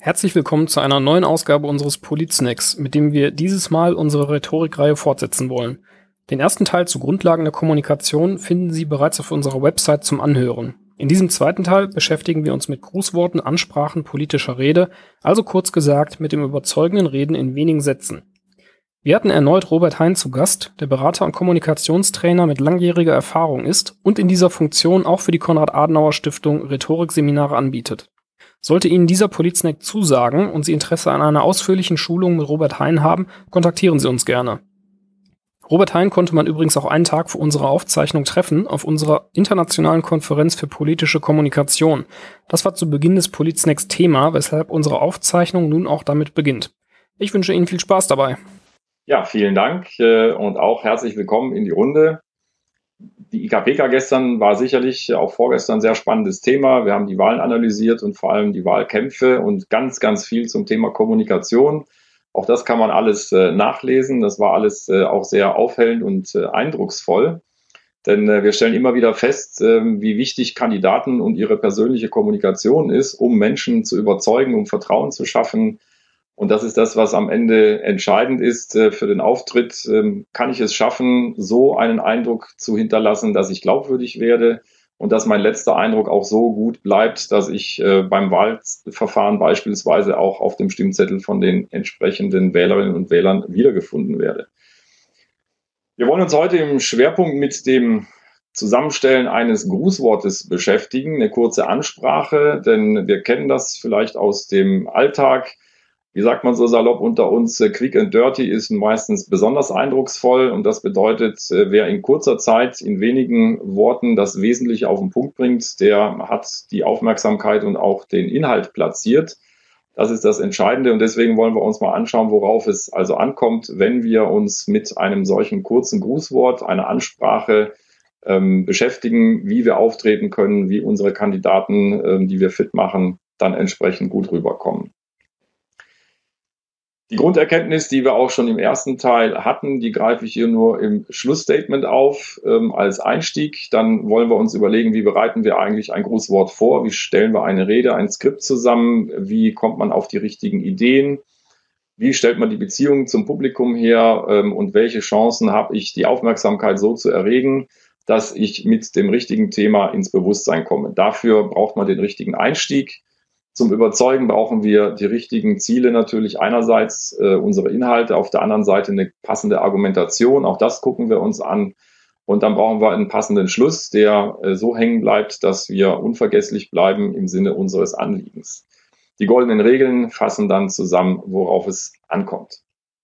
Herzlich willkommen zu einer neuen Ausgabe unseres Polit-Snacks, mit dem wir dieses Mal unsere Rhetorikreihe fortsetzen wollen. Den ersten Teil zu Grundlagen der Kommunikation finden Sie bereits auf unserer Website zum Anhören. In diesem zweiten Teil beschäftigen wir uns mit Grußworten, Ansprachen politischer Rede, also kurz gesagt mit dem überzeugenden Reden in wenigen Sätzen. Wir hatten erneut Robert Hein zu Gast, der Berater und Kommunikationstrainer mit langjähriger Erfahrung ist und in dieser Funktion auch für die Konrad-Adenauer-Stiftung Rhetorikseminare anbietet. Sollte Ihnen dieser Polit-Snack zusagen und Sie Interesse an einer ausführlichen Schulung mit Robert Hein haben, kontaktieren Sie uns gerne. Robert Hein konnte man übrigens auch einen Tag vor unserer Aufzeichnung treffen auf unserer internationalen Konferenz für politische Kommunikation. Das war zu Beginn des Polit-Snacks Thema, weshalb unsere Aufzeichnung nun auch damit beginnt. Ich wünsche Ihnen viel Spaß dabei. Ja, vielen Dank und auch herzlich willkommen in die Runde. Die IKPK gestern war sicherlich auch vorgestern ein sehr spannendes Thema. Wir haben die Wahlen analysiert und vor allem die Wahlkämpfe und ganz, ganz viel zum Thema Kommunikation. Auch das kann man alles nachlesen. Das war alles auch sehr aufhellend und eindrucksvoll. Denn wir stellen immer wieder fest, wie wichtig Kandidaten und ihre persönliche Kommunikation ist, um Menschen zu überzeugen, um Vertrauen zu schaffen. Und das ist das, was am Ende entscheidend ist für den Auftritt. Kann ich es schaffen, so einen Eindruck zu hinterlassen, dass ich glaubwürdig werde und dass mein letzter Eindruck auch so gut bleibt, dass ich beim Wahlverfahren beispielsweise auch auf dem Stimmzettel von den entsprechenden Wählerinnen und Wählern wiedergefunden werde. Wir wollen uns heute im Schwerpunkt mit dem Zusammenstellen eines Grußwortes beschäftigen, eine kurze Ansprache, denn wir kennen das vielleicht aus dem Alltag. Wie sagt man so salopp unter uns, quick and dirty ist meistens besonders eindrucksvoll und das bedeutet, wer in kurzer Zeit in wenigen Worten das Wesentliche auf den Punkt bringt, der hat die Aufmerksamkeit und auch den Inhalt platziert. Das ist das Entscheidende und deswegen wollen wir uns mal anschauen, worauf es also ankommt, wenn wir uns mit einem solchen kurzen Grußwort, einer Ansprache beschäftigen, wie wir auftreten können, wie unsere Kandidaten, die wir fit machen, dann entsprechend gut rüberkommen. Die Grunderkenntnis, die wir auch schon im ersten Teil hatten, die greife ich hier nur im Schlussstatement auf als Einstieg. Dann wollen wir uns überlegen, wie bereiten wir eigentlich ein Grußwort vor, wie stellen wir eine Rede, ein Skript zusammen, wie kommt man auf die richtigen Ideen, wie stellt man die Beziehungen zum Publikum her und welche Chancen habe ich, die Aufmerksamkeit so zu erregen, dass ich mit dem richtigen Thema ins Bewusstsein komme. Dafür braucht man den richtigen Einstieg. Zum Überzeugen brauchen wir die richtigen Ziele natürlich einerseits unsere Inhalte, auf der anderen Seite eine passende Argumentation, auch das gucken wir uns an und dann brauchen wir einen passenden Schluss, der so hängen bleibt, dass wir unvergesslich bleiben im Sinne unseres Anliegens. Die goldenen Regeln fassen dann zusammen, worauf es ankommt.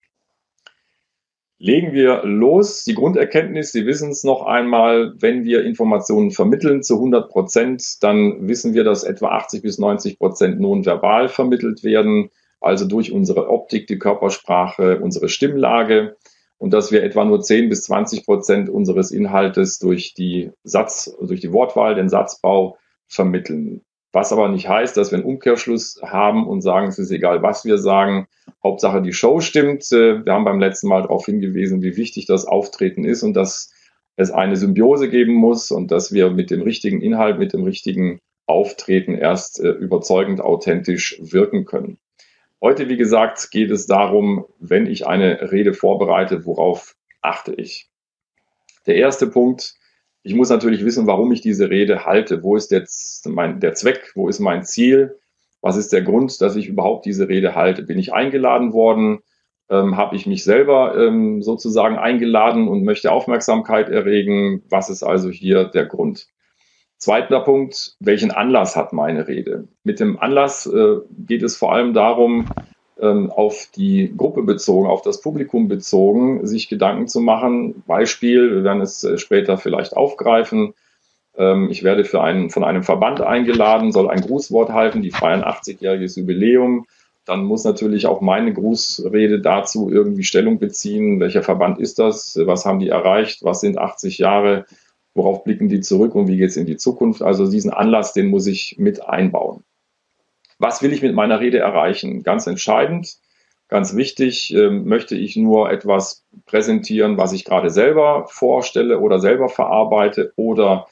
Legen wir los. Die Grunderkenntnis, Sie wissen es noch einmal, wenn wir Informationen vermitteln zu 100%, dann wissen wir, dass etwa 80 bis 90% nonverbal vermittelt werden, also durch unsere Optik, die Körpersprache, unsere Stimmlage und dass wir etwa nur 10 bis 20% unseres Inhaltes durch die Wortwahl, den Satzbau vermitteln. Was aber nicht heißt, dass wir einen Umkehrschluss haben und sagen, es ist egal, was wir sagen. Hauptsache die Show stimmt. Wir haben beim letzten Mal darauf hingewiesen, wie wichtig das Auftreten ist und dass es eine Symbiose geben muss und dass wir mit dem richtigen Inhalt, mit dem richtigen Auftreten erst überzeugend authentisch wirken können. Heute, wie gesagt, geht es darum, wenn ich eine Rede vorbereite, worauf achte ich? Der erste Punkt: Ich muss natürlich wissen, warum ich diese Rede halte. Wo ist jetzt der Zweck? Wo ist mein Ziel? Was ist der Grund, dass ich überhaupt diese Rede halte? Bin ich eingeladen worden? Habe ich mich selber sozusagen eingeladen und möchte Aufmerksamkeit erregen? Was ist also hier der Grund? Zweiter Punkt: Welchen Anlass hat meine Rede? Mit dem Anlass geht es vor allem darum, auf die Gruppe bezogen, auf das Publikum bezogen, sich Gedanken zu machen. Beispiel, wir werden es später vielleicht aufgreifen. Ich werde von einem Verband eingeladen, soll ein Grußwort halten, die feiern 80-jähriges Jubiläum. Dann muss natürlich auch meine Grußrede dazu irgendwie Stellung beziehen. Welcher Verband ist das? Was haben die erreicht? Was sind 80 Jahre? Worauf blicken die zurück und wie geht es in die Zukunft? Also diesen Anlass, den muss ich mit einbauen. Was will ich mit meiner Rede erreichen? Ganz entscheidend, ganz wichtig, möchte ich nur etwas präsentieren, was ich gerade selber vorstelle oder selber verarbeite oder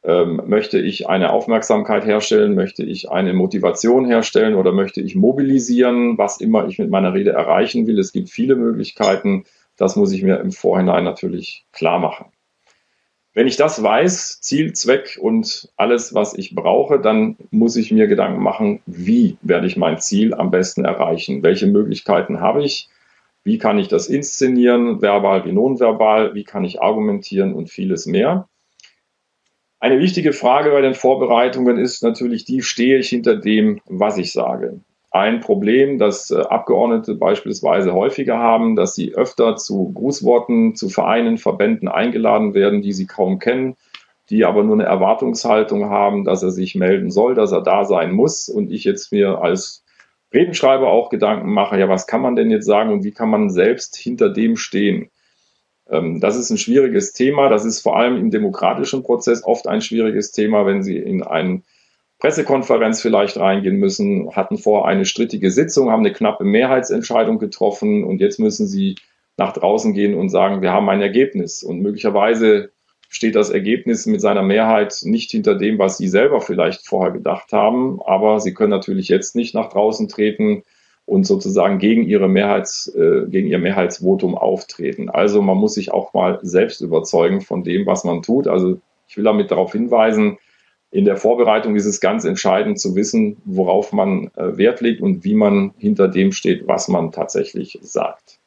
Möchte ich eine Aufmerksamkeit herstellen? Möchte ich eine Motivation herstellen oder möchte ich mobilisieren? Was immer ich mit meiner Rede erreichen will. Es gibt viele Möglichkeiten. Das muss ich mir im Vorhinein natürlich klar machen. Wenn ich das weiß, Ziel, Zweck und alles, was ich brauche, dann muss ich mir Gedanken machen, wie werde ich mein Ziel am besten erreichen? Welche Möglichkeiten habe ich? Wie kann ich das inszenieren, verbal wie nonverbal? Wie kann ich argumentieren und vieles mehr? Eine wichtige Frage bei den Vorbereitungen ist natürlich die, stehe ich hinter dem, was ich sage? Ein Problem, das Abgeordnete beispielsweise häufiger haben, dass sie öfter zu Grußworten, zu Vereinen, Verbänden eingeladen werden, die sie kaum kennen, die aber nur eine Erwartungshaltung haben, dass er sich melden soll, dass er da sein muss. Und ich jetzt mir als Redenschreiber auch Gedanken mache, ja, was kann man denn jetzt sagen und wie kann man selbst hinter dem stehen? Das ist ein schwieriges Thema. Das ist vor allem im demokratischen Prozess oft ein schwieriges Thema, wenn Sie in eine Pressekonferenz vielleicht reingehen müssen, hatten vorher eine strittige Sitzung, haben eine knappe Mehrheitsentscheidung getroffen und jetzt müssen Sie nach draußen gehen und sagen, wir haben ein Ergebnis. Und möglicherweise steht das Ergebnis mit seiner Mehrheit nicht hinter dem, was Sie selber vielleicht vorher gedacht haben. Aber Sie können natürlich jetzt nicht nach draußen treten und sozusagen gegen ihr Mehrheitsvotum auftreten. Also man muss sich auch mal selbst überzeugen von dem, was man tut. Also ich will damit darauf hinweisen, in der Vorbereitung ist es ganz entscheidend zu wissen, worauf man Wert legt und wie man hinter dem steht, was man tatsächlich sagt.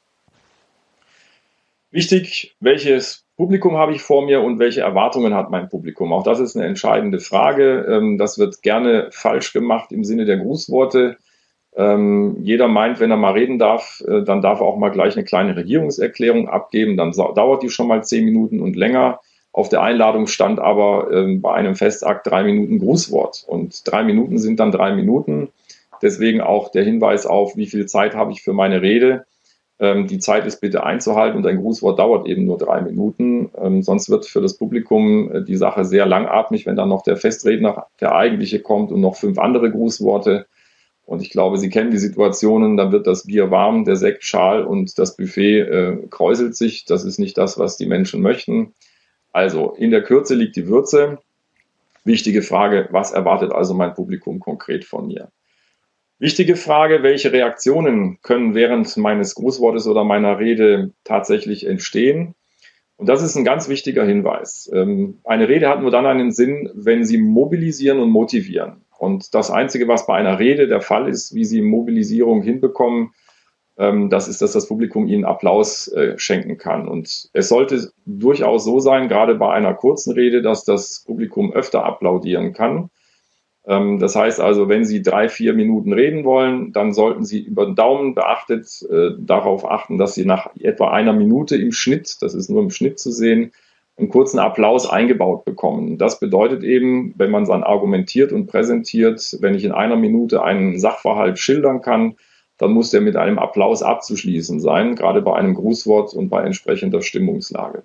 Wichtig, welches Publikum habe ich vor mir und welche Erwartungen hat mein Publikum? Auch das ist eine entscheidende Frage. Das wird gerne falsch gemacht im Sinne der Grußworte. Jeder meint, wenn er mal reden darf, dann darf er auch mal gleich eine kleine Regierungserklärung abgeben. Dann dauert die schon mal 10 Minuten und länger. Auf der Einladung stand aber bei einem Festakt 3 Minuten Grußwort. Und 3 Minuten sind dann 3 Minuten. Deswegen auch der Hinweis auf, wie viel Zeit habe ich für meine Rede. Die Zeit ist bitte einzuhalten und ein Grußwort dauert eben nur 3 Minuten. Sonst wird für das Publikum die Sache sehr langatmig, wenn dann noch der Festredner, der eigentliche, kommt und noch 5 andere Grußworte. Und ich glaube, Sie kennen die Situationen, dann wird das Bier warm, der Sekt schal und das Buffet kräuselt sich. Das ist nicht das, was die Menschen möchten. Also in der Kürze liegt die Würze. Wichtige Frage, was erwartet also mein Publikum konkret von mir? Wichtige Frage, welche Reaktionen können während meines Grußwortes oder meiner Rede tatsächlich entstehen? Und das ist ein ganz wichtiger Hinweis. Eine Rede hat nur dann einen Sinn, wenn Sie mobilisieren und motivieren. Und das Einzige, was bei einer Rede der Fall ist, wie Sie Mobilisierung hinbekommen, das ist, dass das Publikum Ihnen Applaus schenken kann. Und es sollte durchaus so sein, gerade bei einer kurzen Rede, dass das Publikum öfter applaudieren kann. Das heißt also, wenn Sie 3, 4 Minuten reden wollen, dann sollten Sie über den Daumen beachtet darauf achten, dass Sie nach etwa 1 Minute im Schnitt, das ist nur im Schnitt zu sehen, einen kurzen Applaus eingebaut bekommen. Das bedeutet eben, wenn man dann argumentiert und präsentiert, wenn ich in 1 Minute einen Sachverhalt schildern kann, dann muss der mit einem Applaus abzuschließen sein, gerade bei einem Grußwort und bei entsprechender Stimmungslage.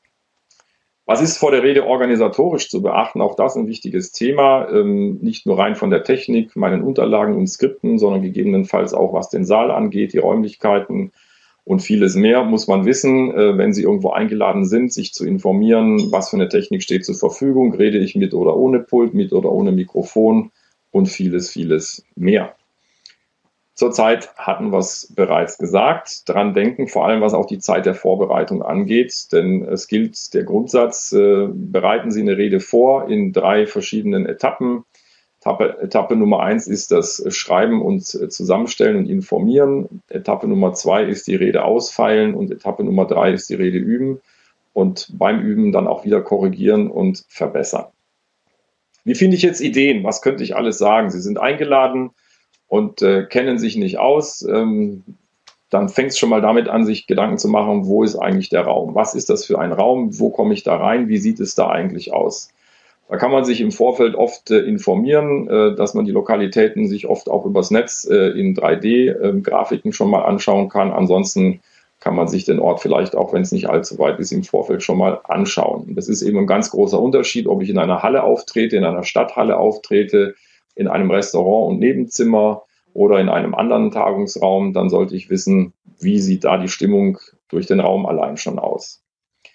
Was ist vor der Rede organisatorisch zu beachten? Auch das ein wichtiges Thema, nicht nur rein von der Technik, meinen Unterlagen und Skripten, sondern gegebenenfalls auch, was den Saal angeht, die Räumlichkeiten und vieles mehr muss man wissen, wenn Sie irgendwo eingeladen sind, sich zu informieren, was für eine Technik steht zur Verfügung, rede ich mit oder ohne Pult, mit oder ohne Mikrofon und vieles, vieles mehr. Zurzeit hatten wir es bereits gesagt, dran denken, vor allem was auch die Zeit der Vorbereitung angeht, denn es gilt der Grundsatz, bereiten Sie eine Rede vor in 3 verschiedenen Etappen. Etappe Nummer 1 ist das Schreiben und Zusammenstellen und Informieren. Etappe Nummer 2 ist die Rede ausfeilen und Etappe Nummer 3 ist die Rede üben und beim Üben dann auch wieder korrigieren und verbessern. Wie finde ich jetzt Ideen? Was könnte ich alles sagen? Sie sind eingeladen und kennen sich nicht aus, dann fängt es schon mal damit an, sich Gedanken zu machen, wo ist eigentlich der Raum? Was ist das für ein Raum? Wo komme ich da rein? Wie sieht es da eigentlich aus? Da kann man sich im Vorfeld oft informieren, dass man die Lokalitäten sich oft auch übers Netz in 3D-Grafiken schon mal anschauen kann. Ansonsten kann man sich den Ort vielleicht auch, wenn es nicht allzu weit ist, im Vorfeld schon mal anschauen. Das ist eben ein ganz großer Unterschied, ob ich in einer Halle auftrete, in einer Stadthalle auftrete, in einem Restaurant und Nebenzimmer oder in einem anderen Tagungsraum, dann sollte ich wissen, wie sieht da die Stimmung durch den Raum allein schon aus.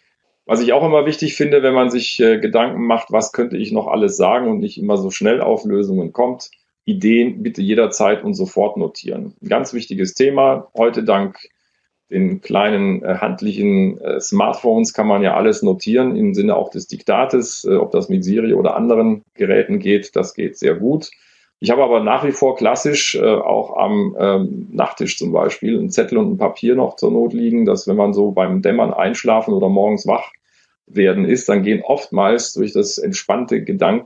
Was ich auch immer wichtig finde, wenn man sich Gedanken macht, was könnte ich noch alles sagen und nicht immer so schnell auf Lösungen kommt, Ideen bitte jederzeit und sofort notieren. Ein ganz wichtiges Thema. Heute dank den kleinen handlichen Smartphones kann man ja alles notieren im Sinne auch des Diktates, ob das mit Siri oder anderen Geräten geht, das geht sehr gut. Ich habe aber nach wie vor klassisch auch am Nachttisch zum Beispiel einen Zettel und ein Papier noch zur Not liegen, dass wenn man so beim Dämmern einschlafen oder morgens wach werden ist, dann gehen oftmals durch das entspannte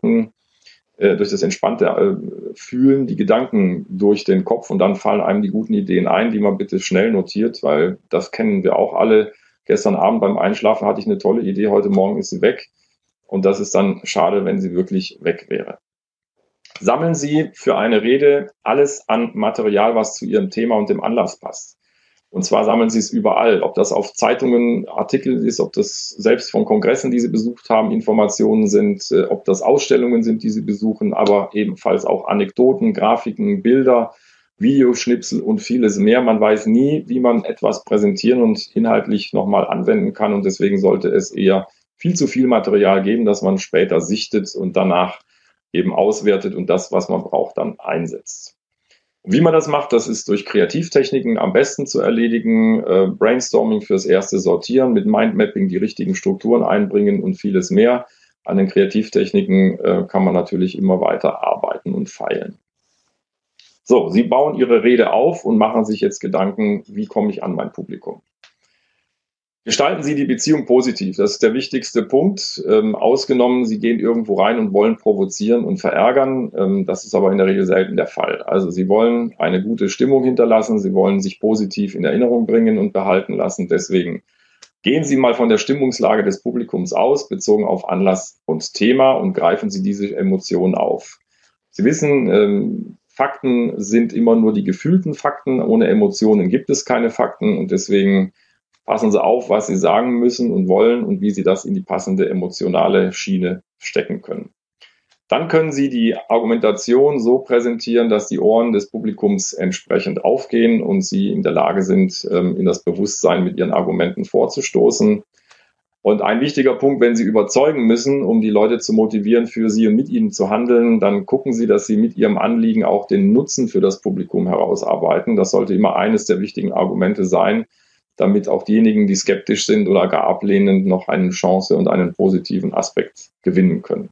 Fühlen die Gedanken durch den Kopf und dann fallen einem die guten Ideen ein, die man bitte schnell notiert, weil das kennen wir auch alle. Gestern Abend beim Einschlafen hatte ich eine tolle Idee, heute Morgen ist sie weg und das ist dann schade, wenn sie wirklich weg wäre. Sammeln Sie für eine Rede alles an Material, was zu Ihrem Thema und dem Anlass passt. Und zwar sammeln Sie es überall, ob das auf Zeitungen, Artikel ist, ob das selbst von Kongressen, die Sie besucht haben, Informationen sind, ob das Ausstellungen sind, die Sie besuchen, aber ebenfalls auch Anekdoten, Grafiken, Bilder, Videoschnipsel und vieles mehr. Man weiß nie, wie man etwas präsentieren und inhaltlich nochmal anwenden kann und deswegen sollte es eher viel zu viel Material geben, das man später sichtet und danach eben auswertet und das, was man braucht, dann einsetzt. Wie man das macht, das ist durch Kreativtechniken am besten zu erledigen. Brainstorming fürs erste Sortieren, mit Mindmapping die richtigen Strukturen einbringen und vieles mehr. An den Kreativtechniken kann man natürlich immer weiter arbeiten und feilen. So, Sie bauen Ihre Rede auf und machen sich jetzt Gedanken, wie komme ich an mein Publikum? Gestalten Sie die Beziehung positiv. Das ist der wichtigste Punkt. Ausgenommen, Sie gehen irgendwo rein und wollen provozieren und verärgern. Das ist aber in der Regel selten der Fall. Also Sie wollen eine gute Stimmung hinterlassen. Sie wollen sich positiv in Erinnerung bringen und behalten lassen. Deswegen gehen Sie mal von der Stimmungslage des Publikums aus, bezogen auf Anlass und Thema und greifen Sie diese Emotionen auf. Sie wissen, Fakten sind immer nur die gefühlten Fakten. Ohne Emotionen gibt es keine Fakten und deswegen passen Sie auf, was Sie sagen müssen und wollen und wie Sie das in die passende emotionale Schiene stecken können. Dann können Sie die Argumentation so präsentieren, dass die Ohren des Publikums entsprechend aufgehen und Sie in der Lage sind, in das Bewusstsein mit Ihren Argumenten vorzustoßen. Und ein wichtiger Punkt, wenn Sie überzeugen müssen, um die Leute zu motivieren, für Sie und mit Ihnen zu handeln, dann gucken Sie, dass Sie mit Ihrem Anliegen auch den Nutzen für das Publikum herausarbeiten. Das sollte immer eines der wichtigen Argumente sein, damit auch diejenigen, die skeptisch sind oder gar ablehnend, noch eine Chance und einen positiven Aspekt gewinnen können.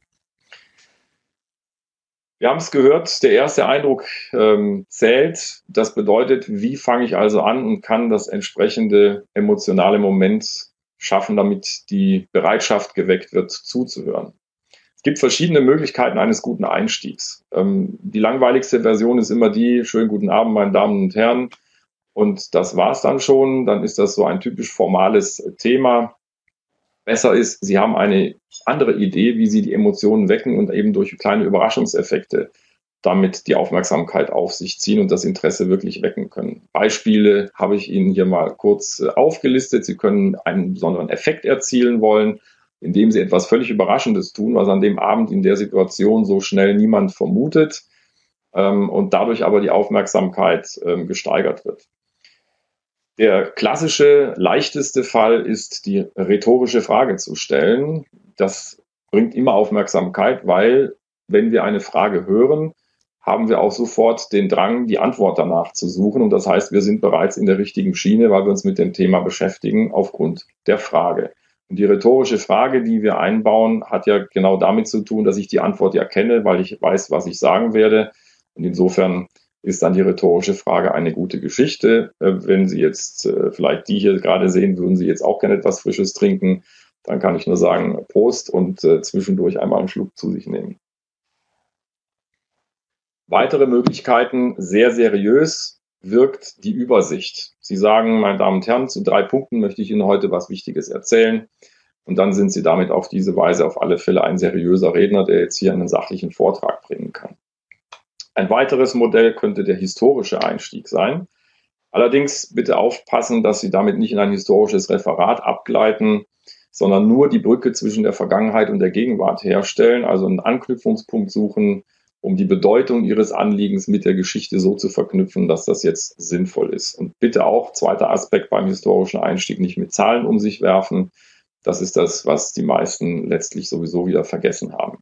Wir haben es gehört, der erste Eindruck zählt. Das bedeutet, wie fange ich also an und kann das entsprechende emotionale Moment schaffen, damit die Bereitschaft geweckt wird, zuzuhören. Es gibt verschiedene Möglichkeiten eines guten Einstiegs. Die langweiligste Version ist immer die, schönen guten Abend, meine Damen und Herren. Und das war's dann schon. Dann ist das so ein typisch formales Thema. Besser ist, Sie haben eine andere Idee, wie Sie die Emotionen wecken und eben durch kleine Überraschungseffekte damit die Aufmerksamkeit auf sich ziehen und das Interesse wirklich wecken können. Beispiele habe ich Ihnen hier mal kurz aufgelistet. Sie können einen besonderen Effekt erzielen wollen, indem Sie etwas völlig Überraschendes tun, was an dem Abend in der Situation so schnell niemand vermutet und dadurch aber die Aufmerksamkeit gesteigert wird. Der klassische, leichteste Fall ist, die rhetorische Frage zu stellen. Das bringt immer Aufmerksamkeit, weil wenn wir eine Frage hören, haben wir auch sofort den Drang, die Antwort danach zu suchen. Und das heißt, wir sind bereits in der richtigen Schiene, weil wir uns mit dem Thema beschäftigen aufgrund der Frage. Und die rhetorische Frage, die wir einbauen, hat ja genau damit zu tun, dass ich die Antwort ja kenne, weil ich weiß, was ich sagen werde. Und insofern ist dann die rhetorische Frage eine gute Geschichte. Wenn Sie jetzt vielleicht die hier gerade sehen, würden Sie jetzt auch gerne etwas Frisches trinken, dann kann ich nur sagen, Prost und zwischendurch einmal einen Schluck zu sich nehmen. Weitere Möglichkeiten, sehr seriös wirkt die Übersicht. Sie sagen, meine Damen und Herren, zu 3 Punkten möchte ich Ihnen heute was Wichtiges erzählen. Und dann sind Sie damit auf diese Weise auf alle Fälle ein seriöser Redner, der jetzt hier einen sachlichen Vortrag bringen kann. Ein weiteres Modell könnte der historische Einstieg sein. Allerdings bitte aufpassen, dass Sie damit nicht in ein historisches Referat abgleiten, sondern nur die Brücke zwischen der Vergangenheit und der Gegenwart herstellen, also einen Anknüpfungspunkt suchen, um die Bedeutung Ihres Anliegens mit der Geschichte so zu verknüpfen, dass das jetzt sinnvoll ist. Und bitte auch, zweiter Aspekt beim historischen Einstieg, nicht mit Zahlen um sich werfen. Das ist das, was die meisten letztlich sowieso wieder vergessen haben.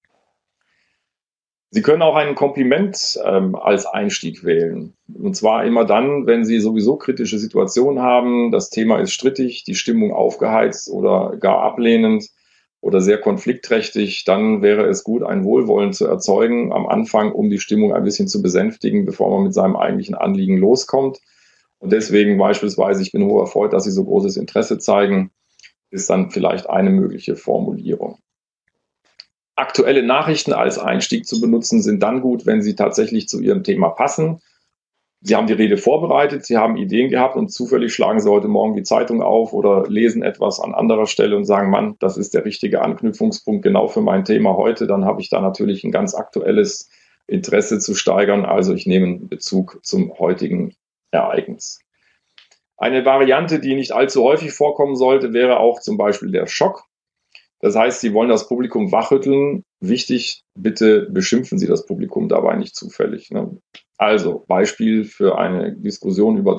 Sie können auch ein Kompliment als Einstieg wählen. Und zwar immer dann, wenn Sie sowieso kritische Situationen haben, das Thema ist strittig, die Stimmung aufgeheizt oder gar ablehnend oder sehr konfliktträchtig, dann wäre es gut, ein Wohlwollen zu erzeugen am Anfang, um die Stimmung ein bisschen zu besänftigen, bevor man mit seinem eigentlichen Anliegen loskommt. Und deswegen beispielsweise, ich bin hoch erfreut, dass Sie so großes Interesse zeigen, ist dann vielleicht eine mögliche Formulierung. Aktuelle Nachrichten als Einstieg zu benutzen, sind dann gut, wenn sie tatsächlich zu Ihrem Thema passen. Sie haben die Rede vorbereitet, Sie haben Ideen gehabt und zufällig schlagen Sie heute Morgen die Zeitung auf oder lesen etwas an anderer Stelle und sagen, Mann, das ist der richtige Anknüpfungspunkt genau für mein Thema heute. Dann habe ich da natürlich ein ganz aktuelles Interesse zu steigern. Also ich nehme einen Bezug zum heutigen Ereignis. Eine Variante, die nicht allzu häufig vorkommen sollte, wäre auch zum Beispiel der Schock. Das heißt, Sie wollen das Publikum wachrütteln. Wichtig, bitte beschimpfen Sie das Publikum dabei nicht zufällig. Ne? Also Beispiel für eine Diskussion über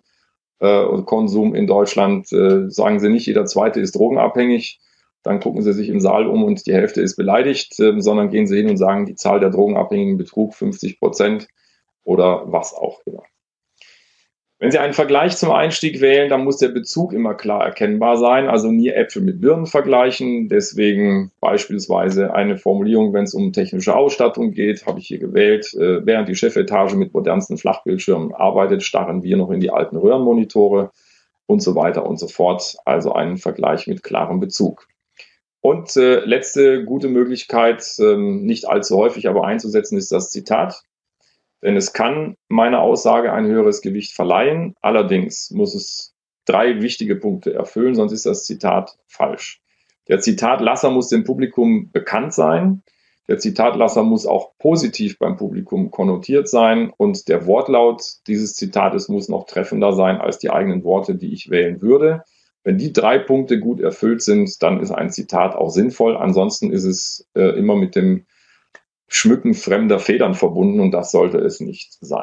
Drogenkonsum in Deutschland. Sagen Sie nicht, jeder Zweite ist drogenabhängig. Dann gucken Sie sich im Saal um und die Hälfte ist beleidigt, sondern gehen Sie hin und sagen, die Zahl der Drogenabhängigen betrug 50% oder was auch immer. Wenn Sie einen Vergleich zum Einstieg wählen, dann muss der Bezug immer klar erkennbar sein, also nie Äpfel mit Birnen vergleichen. Deswegen beispielsweise eine Formulierung, wenn es um technische Ausstattung geht, habe ich hier gewählt. Während die Chefetage mit modernsten Flachbildschirmen arbeitet, starren wir noch in die alten Röhrenmonitore und so weiter und so fort. Also einen Vergleich mit klarem Bezug. Und letzte gute Möglichkeit, nicht allzu häufig aber einzusetzen, ist das Zitat. Denn es kann meiner Aussage ein höheres Gewicht verleihen. Allerdings muss es 3 wichtige Punkte erfüllen, sonst ist das Zitat falsch. Der Zitatlasser muss dem Publikum bekannt sein. Der Zitatlasser muss auch positiv beim Publikum konnotiert sein. Und der Wortlaut dieses Zitates muss noch treffender sein als die eigenen Worte, die ich wählen würde. Wenn die 3 Punkte gut erfüllt sind, dann ist ein Zitat auch sinnvoll. Ansonsten ist es immer mit dem Schmücken fremder Federn verbunden und das sollte es nicht sein.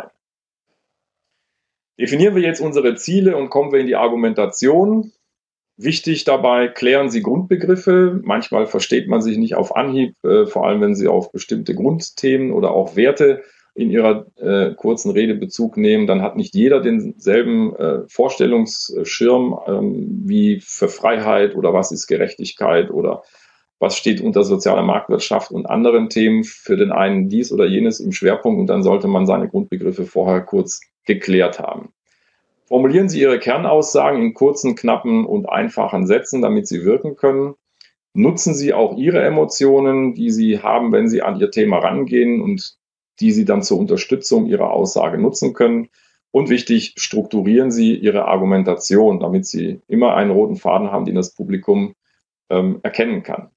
Definieren wir jetzt unsere Ziele und kommen wir in die Argumentation. Wichtig dabei, klären Sie Grundbegriffe. Manchmal versteht man sich nicht auf Anhieb, vor allem wenn Sie auf bestimmte Grundthemen oder auch Werte in Ihrer kurzen Rede Bezug nehmen. Dann hat nicht jeder denselben Vorstellungsschirm wie für Freiheit oder was ist Gerechtigkeit oder was steht unter sozialer Marktwirtschaft und anderen Themen, für den einen dies oder jenes im Schwerpunkt und dann sollte man seine Grundbegriffe vorher kurz geklärt haben. Formulieren Sie Ihre Kernaussagen in kurzen, knappen und einfachen Sätzen, damit sie wirken können. Nutzen Sie auch Ihre Emotionen, die Sie haben, wenn Sie an Ihr Thema rangehen und die Sie dann zur Unterstützung Ihrer Aussage nutzen können. Und wichtig, strukturieren Sie Ihre Argumentation, damit Sie immer einen roten Faden haben, den das Publikum erkennen kann.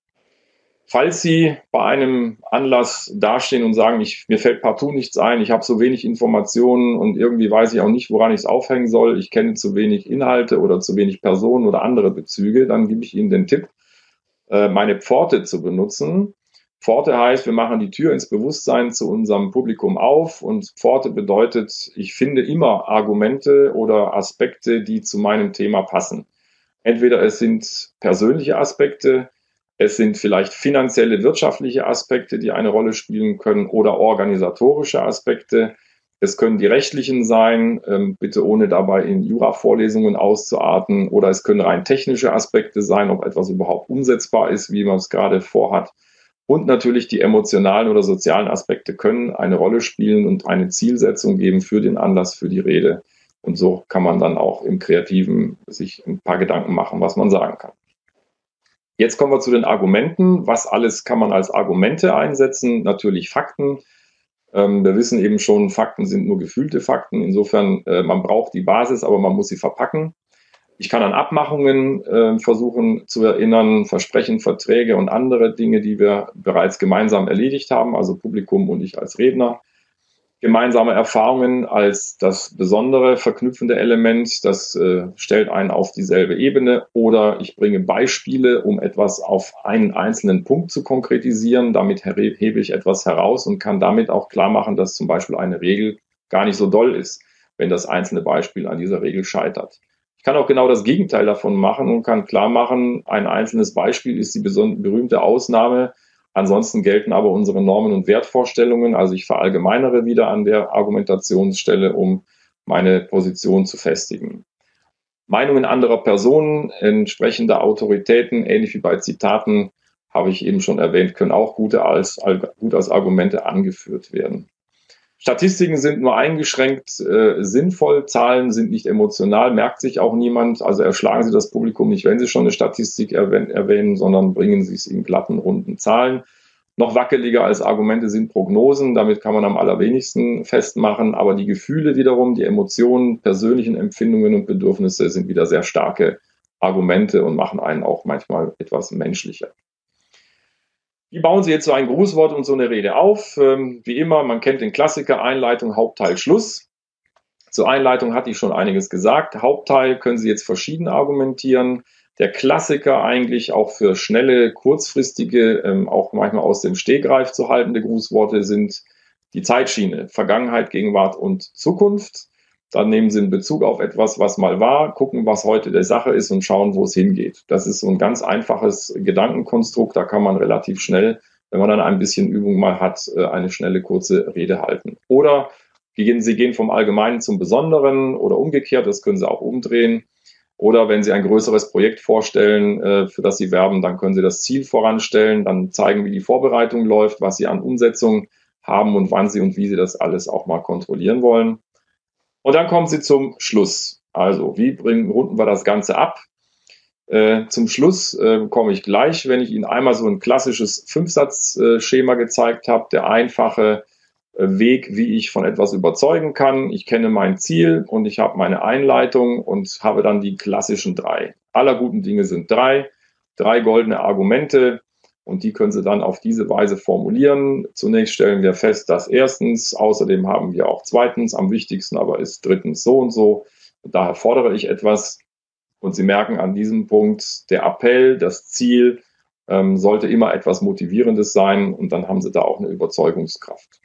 Falls Sie bei einem Anlass dastehen und sagen, mir fällt partout nichts ein, ich habe so wenig Informationen und irgendwie weiß ich auch nicht, woran ich es aufhängen soll, ich kenne zu wenig Inhalte oder zu wenig Personen oder andere Bezüge, dann gebe ich Ihnen den Tipp, meine Pforte zu benutzen. Pforte heißt, wir machen die Tür ins Bewusstsein zu unserem Publikum auf und Pforte bedeutet, ich finde immer Argumente oder Aspekte, die zu meinem Thema passen. Entweder es sind persönliche Aspekte, es sind vielleicht finanzielle, wirtschaftliche Aspekte, die eine Rolle spielen können oder organisatorische Aspekte. Es können die rechtlichen sein, bitte ohne dabei in Jura-Vorlesungen auszuarten. Oder es können rein technische Aspekte sein, ob etwas überhaupt umsetzbar ist, wie man es gerade vorhat. Und natürlich die emotionalen oder sozialen Aspekte können eine Rolle spielen und eine Zielsetzung geben für den Anlass, für die Rede. Und so kann man dann auch im Kreativen sich ein paar Gedanken machen, was man sagen kann. Jetzt kommen wir zu den Argumenten. Was alles kann man als Argumente einsetzen? Natürlich Fakten. Wir wissen eben schon, Fakten sind nur gefühlte Fakten. Insofern, man braucht die Basis, aber man muss sie verpacken. Ich kann an Abmachungen versuchen zu erinnern, Versprechen, Verträge und andere Dinge, die wir bereits gemeinsam erledigt haben, also Publikum und ich als Redner. Gemeinsame Erfahrungen als das besondere verknüpfende Element, das stellt einen auf dieselbe Ebene. Oder ich bringe Beispiele, um etwas auf einen einzelnen Punkt zu konkretisieren. Damit hebe ich etwas heraus und kann damit auch klar machen, dass zum Beispiel eine Regel gar nicht so doll ist, wenn das einzelne Beispiel an dieser Regel scheitert. Ich kann auch genau das Gegenteil davon machen und kann klar machen, ein einzelnes Beispiel ist die berühmte Ausnahme. Ansonsten gelten aber unsere Normen und Wertvorstellungen. Also ich verallgemeinere wieder an der Argumentationsstelle, um meine Position zu festigen. Meinungen anderer Personen, entsprechender Autoritäten, ähnlich wie bei Zitaten, habe ich eben schon erwähnt, können auch gut als Argumente angeführt werden. Statistiken sind nur eingeschränkt sinnvoll, Zahlen sind nicht emotional, merkt sich auch niemand. Also erschlagen Sie das Publikum nicht, wenn Sie schon eine Statistik erwähnen, sondern bringen Sie es in glatten, runden Zahlen. Noch wackeliger als Argumente sind Prognosen, damit kann man am allerwenigsten festmachen, aber die Gefühle wiederum, die Emotionen, persönlichen Empfindungen und Bedürfnisse sind wieder sehr starke Argumente und machen einen auch manchmal etwas menschlicher. Wie bauen Sie jetzt so ein Grußwort und so eine Rede auf? Wie immer, man kennt den Klassiker, Einleitung, Hauptteil, Schluss. Zur Einleitung hatte ich schon einiges gesagt. Hauptteil können Sie jetzt verschieden argumentieren. Der Klassiker eigentlich auch für schnelle, kurzfristige, auch manchmal aus dem Stegreif zu haltende Grußworte sind die Zeitschiene, Vergangenheit, Gegenwart und Zukunft. Dann nehmen Sie einen Bezug auf etwas, was mal war, gucken, was heute der Sache ist und schauen, wo es hingeht. Das ist so ein ganz einfaches Gedankenkonstrukt. Da kann man relativ schnell, wenn man dann ein bisschen Übung mal hat, eine schnelle, kurze Rede halten. Oder Sie gehen vom Allgemeinen zum Besonderen oder umgekehrt. Das können Sie auch umdrehen. Oder wenn Sie ein größeres Projekt vorstellen, für das Sie werben, dann können Sie das Ziel voranstellen, dann zeigen, wie die Vorbereitung läuft, was Sie an Umsetzung haben und wann Sie und wie Sie das alles auch mal kontrollieren wollen. Und dann kommen Sie zum Schluss. Also, runden wir das Ganze ab? Zum Schluss komme ich gleich, wenn ich Ihnen einmal so ein klassisches Fünfsatzschema gezeigt habe, der einfache Weg, wie ich von etwas überzeugen kann. Ich kenne mein Ziel und ich habe meine Einleitung und habe dann die klassischen 3. Aller guten Dinge sind 3 goldene Argumente. Und die können Sie dann auf diese Weise formulieren. Zunächst stellen wir fest, dass erstens, außerdem haben wir auch zweitens, am wichtigsten aber ist drittens so und so. Und daher fordere ich etwas. Und Sie merken an diesem Punkt, der Appell, das Ziel sollte immer etwas Motivierendes sein. Und dann haben Sie da auch eine Überzeugungskraft.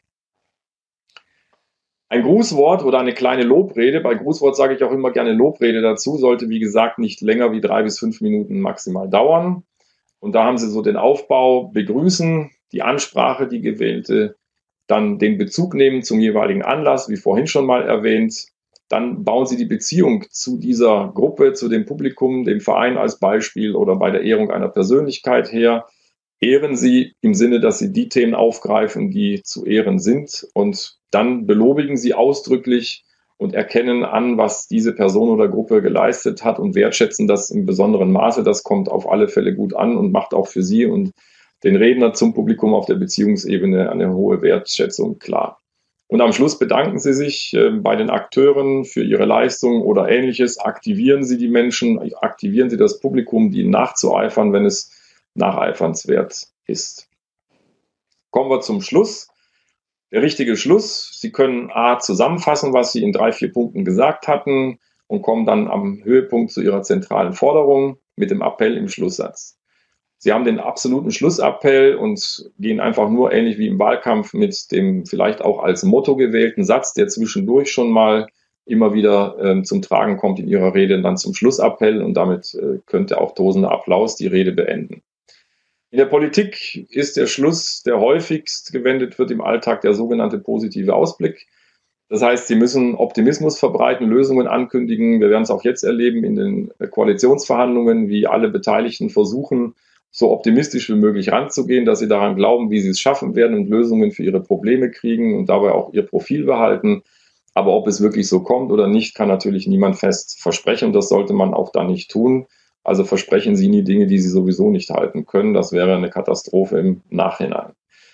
Ein Grußwort oder eine kleine Lobrede, bei Grußwort sage ich auch immer gerne Lobrede dazu, sollte wie gesagt nicht länger wie 3 bis 5 Minuten maximal dauern. Und da haben Sie so den Aufbau, begrüßen, die Ansprache, die gewählte, dann den Bezug nehmen zum jeweiligen Anlass, wie vorhin schon mal erwähnt. Dann bauen Sie die Beziehung zu dieser Gruppe, zu dem Publikum, dem Verein als Beispiel oder bei der Ehrung einer Persönlichkeit her. Ehren Sie im Sinne, dass Sie die Themen aufgreifen, die zu ehren sind. Und dann belobigen Sie ausdrücklich und erkennen an, was diese Person oder Gruppe geleistet hat und wertschätzen das im besonderen Maße. Das kommt auf alle Fälle gut an und macht auch für Sie und den Redner zum Publikum auf der Beziehungsebene eine hohe Wertschätzung klar. Und am Schluss bedanken Sie sich bei den Akteuren für ihre Leistung oder Ähnliches. Aktivieren Sie die Menschen, aktivieren Sie das Publikum, die nachzueifern, wenn es nacheifernswert ist. Kommen wir zum Schluss. Der richtige Schluss, Sie können zusammenfassen, was Sie in 3, 4 Punkten gesagt hatten und kommen dann am Höhepunkt zu Ihrer zentralen Forderung mit dem Appell im Schlusssatz. Sie haben den absoluten Schlussappell und gehen einfach nur ähnlich wie im Wahlkampf mit dem vielleicht auch als Motto gewählten Satz, der zwischendurch schon mal immer wieder zum Tragen kommt in Ihrer Rede, und dann zum Schlussappell und damit könnte auch tosender Applaus die Rede beenden. In der Politik ist der Schluss, der häufigst gewendet wird im Alltag, der sogenannte positive Ausblick. Das heißt, Sie müssen Optimismus verbreiten, Lösungen ankündigen. Wir werden es auch jetzt erleben in den Koalitionsverhandlungen, wie alle Beteiligten versuchen, so optimistisch wie möglich ranzugehen, dass sie daran glauben, wie sie es schaffen werden und Lösungen für ihre Probleme kriegen und dabei auch ihr Profil behalten. Aber ob es wirklich so kommt oder nicht, kann natürlich niemand fest versprechen und das sollte man auch dann nicht tun. Also versprechen Sie nie Dinge, die Sie sowieso nicht halten können. Das wäre eine Katastrophe im Nachhinein.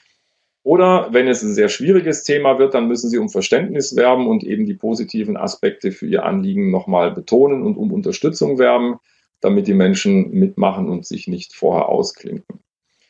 Oder wenn es ein sehr schwieriges Thema wird, dann müssen Sie um Verständnis werben und eben die positiven Aspekte für Ihr Anliegen nochmal betonen und um Unterstützung werben, damit die Menschen mitmachen und sich nicht vorher ausklinken.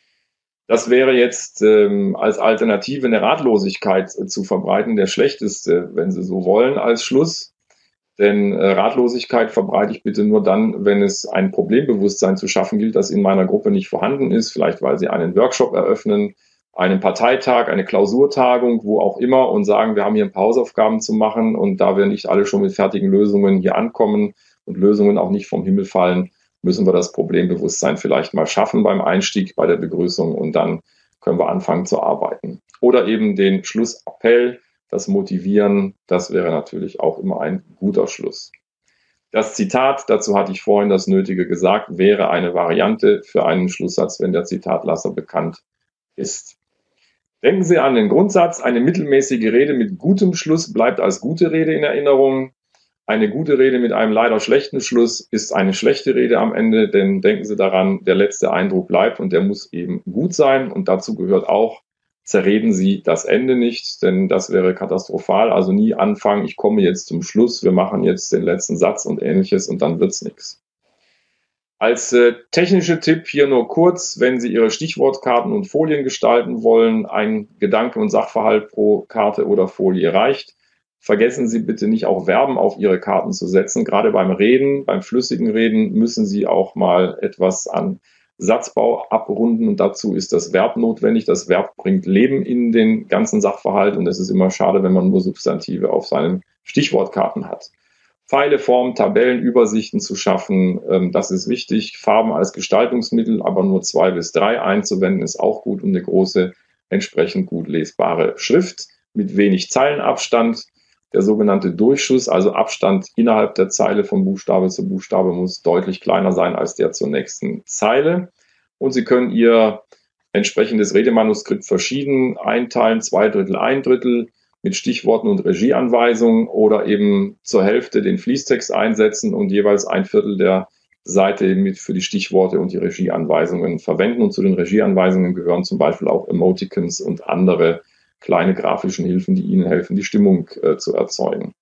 Das wäre jetzt als Alternative eine Ratlosigkeit zu verbreiten, der schlechteste, wenn Sie so wollen, als Schluss. Denn Ratlosigkeit verbreite ich bitte nur dann, wenn es ein Problembewusstsein zu schaffen gilt, das in meiner Gruppe nicht vorhanden ist. Vielleicht, weil Sie einen Workshop eröffnen, einen Parteitag, eine Klausurtagung, wo auch immer und sagen, wir haben hier ein paar Hausaufgaben zu machen und da wir nicht alle schon mit fertigen Lösungen hier ankommen, und Lösungen auch nicht vom Himmel fallen, müssen wir das Problembewusstsein vielleicht mal schaffen beim Einstieg, bei der Begrüßung, und dann können wir anfangen zu arbeiten. Oder eben den Schlussappell, das Motivieren, das wäre natürlich auch immer ein guter Schluss. Das Zitat, dazu hatte ich vorhin das Nötige gesagt, wäre eine Variante für einen Schlusssatz, wenn der Zitatlasser bekannt ist. Denken Sie an den Grundsatz, eine mittelmäßige Rede mit gutem Schluss bleibt als gute Rede in Erinnerung. Eine gute Rede mit einem leider schlechten Schluss ist eine schlechte Rede am Ende, denn denken Sie daran, der letzte Eindruck bleibt und der muss eben gut sein, und dazu gehört auch, zerreden Sie das Ende nicht, denn das wäre katastrophal. Also nie anfangen, ich komme jetzt zum Schluss, wir machen jetzt den letzten Satz und Ähnliches, und dann wird's nichts. Als technischer Tipp hier nur kurz, wenn Sie Ihre Stichwortkarten und Folien gestalten wollen, ein Gedanke und Sachverhalt pro Karte oder Folie reicht. Vergessen Sie bitte nicht, auch Verben auf Ihre Karten zu setzen. Gerade beim Reden, beim flüssigen Reden müssen Sie auch mal etwas an Satzbau abrunden, und dazu ist das Verb notwendig. Das Verb bringt Leben in den ganzen Sachverhalt, und es ist immer schade, wenn man nur Substantive auf seinen Stichwortkarten hat. Pfeile, Formen, Tabellen, Übersichten zu schaffen, das ist wichtig. Farben als Gestaltungsmittel, aber nur 2 bis 3 einzuwenden, ist auch gut, und eine große, entsprechend gut lesbare Schrift mit wenig Zeilenabstand. Der sogenannte Durchschuss, also Abstand innerhalb der Zeile von Buchstabe zu Buchstabe, muss deutlich kleiner sein als der zur nächsten Zeile. Und Sie können Ihr entsprechendes Redemanuskript verschieden einteilen, 2/3, 1/3, mit Stichworten und Regieanweisungen, oder eben zur Hälfte den Fließtext einsetzen und jeweils 1/4 der Seite mit für die Stichworte und die Regieanweisungen verwenden. Und zu den Regieanweisungen gehören zum Beispiel auch Emoticons und andere kleine grafischen Hilfen, die Ihnen helfen, die Stimmung zu erzeugen.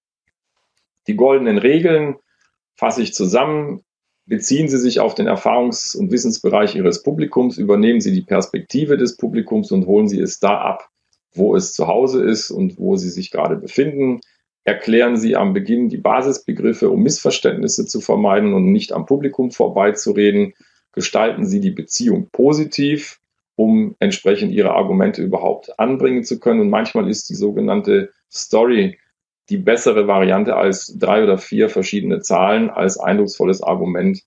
Die goldenen Regeln fasse ich zusammen. Beziehen Sie sich auf den Erfahrungs- und Wissensbereich Ihres Publikums, übernehmen Sie die Perspektive des Publikums und holen Sie es da ab, wo es zu Hause ist und wo Sie sich gerade befinden. Erklären Sie am Beginn die Basisbegriffe, um Missverständnisse zu vermeiden und nicht am Publikum vorbeizureden. Gestalten Sie die Beziehung positiv, um entsprechend Ihre Argumente überhaupt anbringen zu können. Und manchmal ist die sogenannte Story die bessere Variante als 3 oder 4 verschiedene Zahlen als eindrucksvolles Argument.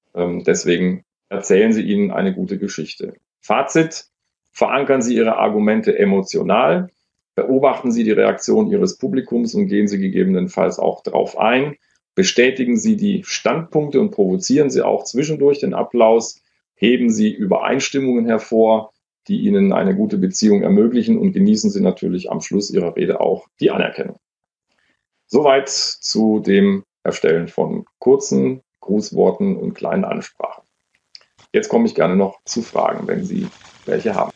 Deswegen erzählen Sie ihnen eine gute Geschichte. Fazit: Verankern Sie Ihre Argumente emotional, beobachten Sie die Reaktion Ihres Publikums und gehen Sie gegebenenfalls auch darauf ein. Bestätigen Sie die Standpunkte und provozieren Sie auch zwischendurch den Applaus. Heben Sie Übereinstimmungen hervor, die Ihnen eine gute Beziehung ermöglichen, und genießen Sie natürlich am Schluss Ihrer Rede auch die Anerkennung. Soweit zu dem Erstellen von kurzen Grußworten und kleinen Ansprachen. Jetzt komme ich gerne noch zu Fragen, wenn Sie welche haben.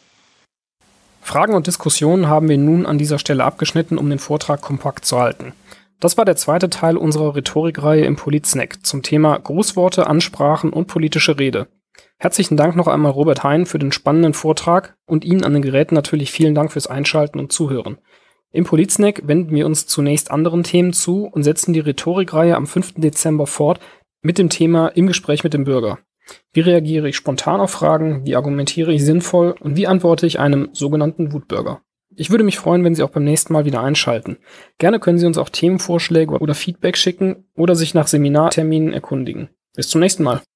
Fragen und Diskussionen haben wir nun an dieser Stelle abgeschnitten, um den Vortrag kompakt zu halten. Das war der zweite Teil unserer Rhetorikreihe im Polit-Snack zum Thema Grußworte, Ansprachen und politische Rede. Herzlichen Dank noch einmal Robert Hein für den spannenden Vortrag und Ihnen an den Geräten natürlich vielen Dank fürs Einschalten und Zuhören. Im Polit-Snack wenden wir uns zunächst anderen Themen zu und setzen die Rhetorikreihe am 5. Dezember fort mit dem Thema Im Gespräch mit dem Bürger. Wie reagiere ich spontan auf Fragen, wie argumentiere ich sinnvoll und wie antworte ich einem sogenannten Wutbürger? Ich würde mich freuen, wenn Sie auch beim nächsten Mal wieder einschalten. Gerne können Sie uns auch Themenvorschläge oder Feedback schicken oder sich nach Seminarterminen erkundigen. Bis zum nächsten Mal.